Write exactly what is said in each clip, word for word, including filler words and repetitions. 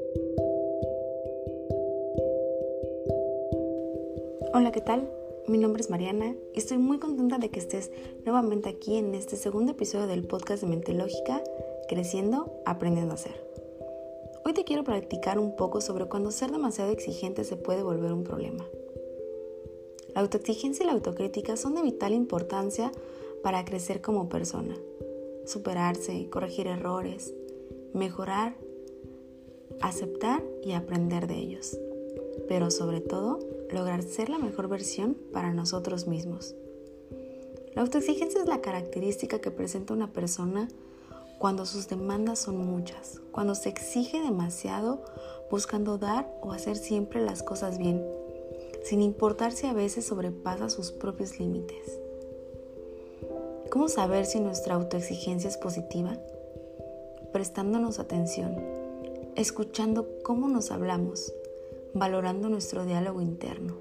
Hola, ¿qué tal? Mi nombre es Mariana y estoy muy contenta de que estés nuevamente aquí en este segundo episodio del podcast de Mente Lógica, Creciendo, Aprendiendo a Ser. Hoy te quiero platicar un poco sobre cuando ser demasiado exigente se puede volver un problema. La autoexigencia y la autocrítica son de vital importancia para crecer como persona, superarse, corregir errores, mejorar, aceptar y aprender de ellos, pero sobre todo, lograr ser la mejor versión para nosotros mismos. La autoexigencia es la característica que presenta una persona cuando sus demandas son muchas, cuando se exige demasiado buscando dar o hacer siempre las cosas bien, sin importar si a veces sobrepasa sus propios límites. ¿Cómo saber si nuestra autoexigencia es positiva? Prestándonos atención, escuchando cómo nos hablamos, valorando nuestro diálogo interno.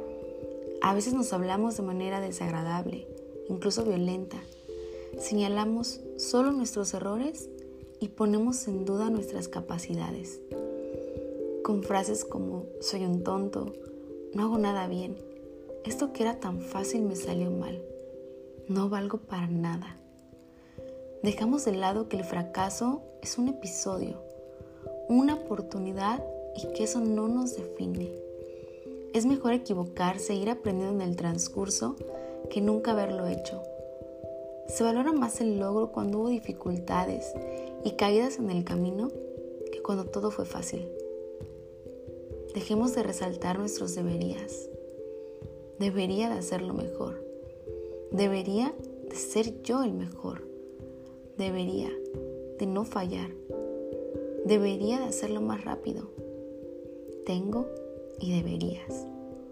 A veces nos hablamos de manera desagradable, incluso violenta. Señalamos solo nuestros errores y ponemos en duda nuestras capacidades. Con frases como soy un tonto, no hago nada bien, esto que era tan fácil me salió mal, no valgo para nada. Dejamos de lado que el fracaso es un episodio, una oportunidad y que eso no nos define. Es mejor equivocarse e ir aprendiendo en el transcurso que nunca haberlo hecho. Se valora más el logro cuando hubo dificultades y caídas en el camino que cuando todo fue fácil. Dejemos de resaltar nuestros deberías. Debería de hacerlo mejor. Debería de ser yo el mejor. Debería de no fallar. Debería de hacerlo más rápido. Tengo y deberías.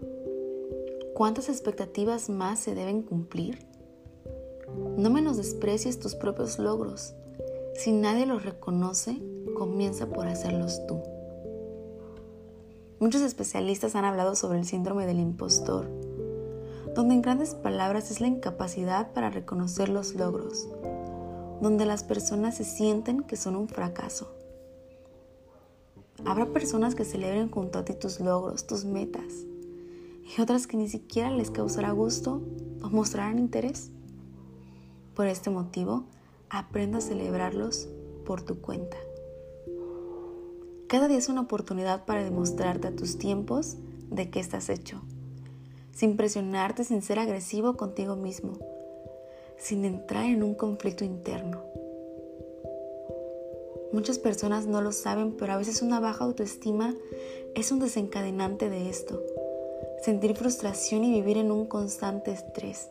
¿Cuántas expectativas más se deben cumplir? No menosprecies tus propios logros. Si nadie los reconoce, comienza por hacerlos tú. Muchos especialistas han hablado sobre el síndrome del impostor, donde en grandes palabras es la incapacidad para reconocer los logros, donde las personas se sienten que son un fracaso. Habrá personas que celebren junto a ti tus logros, tus metas, y otras que ni siquiera les causará gusto o mostrarán interés. Por este motivo, aprenda a celebrarlos por tu cuenta. Cada día es una oportunidad para demostrarte a tus tiempos de qué estás hecho, sin presionarte, sin ser agresivo contigo mismo, sin entrar en un conflicto interno. Muchas personas no lo saben, pero a veces una baja autoestima es un desencadenante de esto. Sentir frustración y vivir en un constante estrés.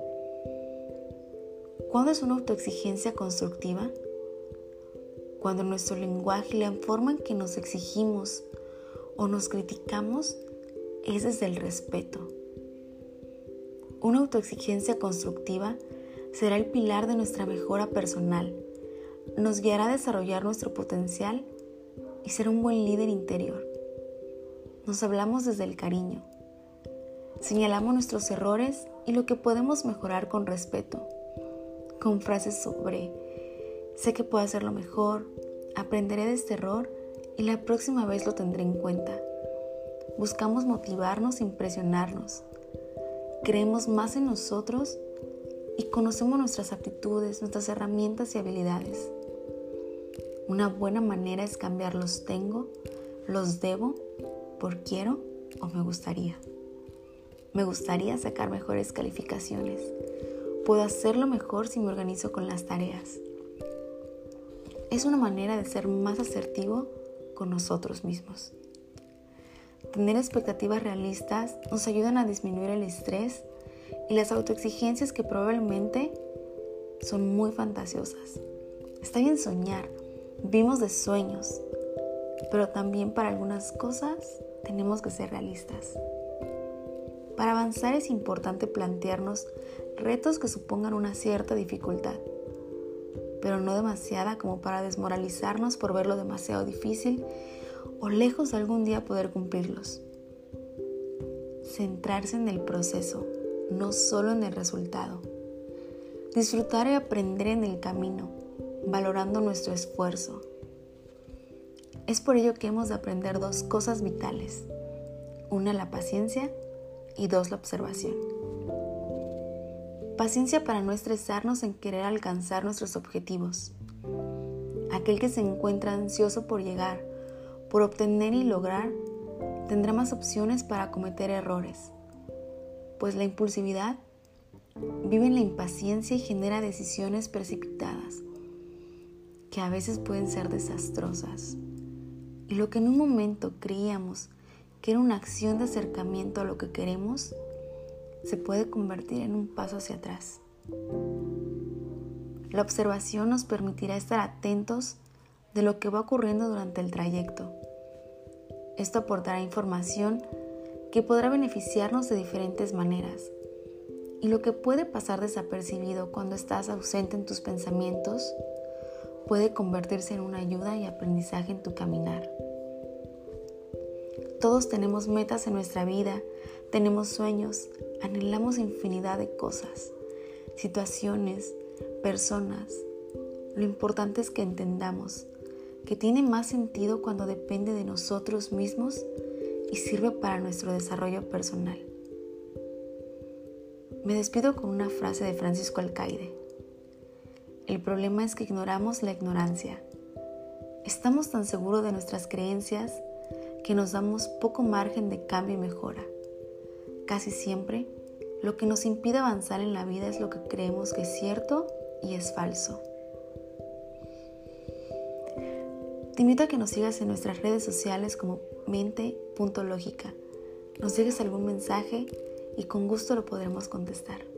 ¿Cuándo es una autoexigencia constructiva? Cuando nuestro lenguaje y la forma en que nos exigimos o nos criticamos es desde el respeto. Una autoexigencia constructiva será el pilar de nuestra mejora personal. Nos guiará a desarrollar nuestro potencial y ser un buen líder interior. Nos hablamos desde el cariño. Señalamos nuestros errores y lo que podemos mejorar con respeto, con frases sobre sé que puedo hacerlo mejor, aprenderé de este error y la próxima vez lo tendré en cuenta. Buscamos motivarnos sin presionarnos. Creemos más en nosotros y conocemos nuestras aptitudes, nuestras herramientas y habilidades. Una buena manera es cambiar los tengo, los debo, por quiero o me gustaría. Me gustaría sacar mejores calificaciones. Puedo hacerlo mejor si me organizo con las tareas. Es una manera de ser más asertivo con nosotros mismos. Tener expectativas realistas nos ayudan a disminuir el estrés y las autoexigencias que probablemente son muy fantasiosas. Está bien soñar, vivimos de sueños, pero también para algunas cosas tenemos que ser realistas. Para avanzar es importante plantearnos retos que supongan una cierta dificultad, pero no demasiada como para desmoralizarnos por verlo demasiado difícil o lejos de algún día poder cumplirlos. Centrarse en el proceso, no solo en el resultado. Disfrutar y aprender en el camino, valorando nuestro esfuerzo. Es por ello que hemos de aprender dos cosas vitales. Una, la paciencia, y dos, la observación. Paciencia para no estresarnos en querer alcanzar nuestros objetivos. Aquel que se encuentra ansioso por llegar, por obtener y lograr, tendrá más opciones para cometer errores, pues la impulsividad vive en la impaciencia y genera decisiones precipitadas, que a veces pueden ser desastrosas. Y lo que en un momento creíamos que era una acción de acercamiento a lo que queremos, se puede convertir en un paso hacia atrás. La observación nos permitirá estar atentos de lo que va ocurriendo durante el trayecto. Esto aportará información que podrá beneficiarnos de diferentes maneras. Y lo que puede pasar desapercibido cuando estás ausente en tus pensamientos puede convertirse en una ayuda y aprendizaje en tu caminar. Todos tenemos metas en nuestra vida, tenemos sueños, anhelamos infinidad de cosas, situaciones, personas. Lo importante es que entendamos que tiene más sentido cuando depende de nosotros mismos y sirve para nuestro desarrollo personal. Me despido con una frase de Francisco Alcaide. El problema es que ignoramos la ignorancia. Estamos tan seguros de nuestras creencias que nos damos poco margen de cambio y mejora. Casi siempre, lo que nos impide avanzar en la vida es lo que creemos que es cierto y es falso. Te invito a que nos sigas en nuestras redes sociales como mente punto lógica. Nos dejes algún mensaje y con gusto lo podremos contestar.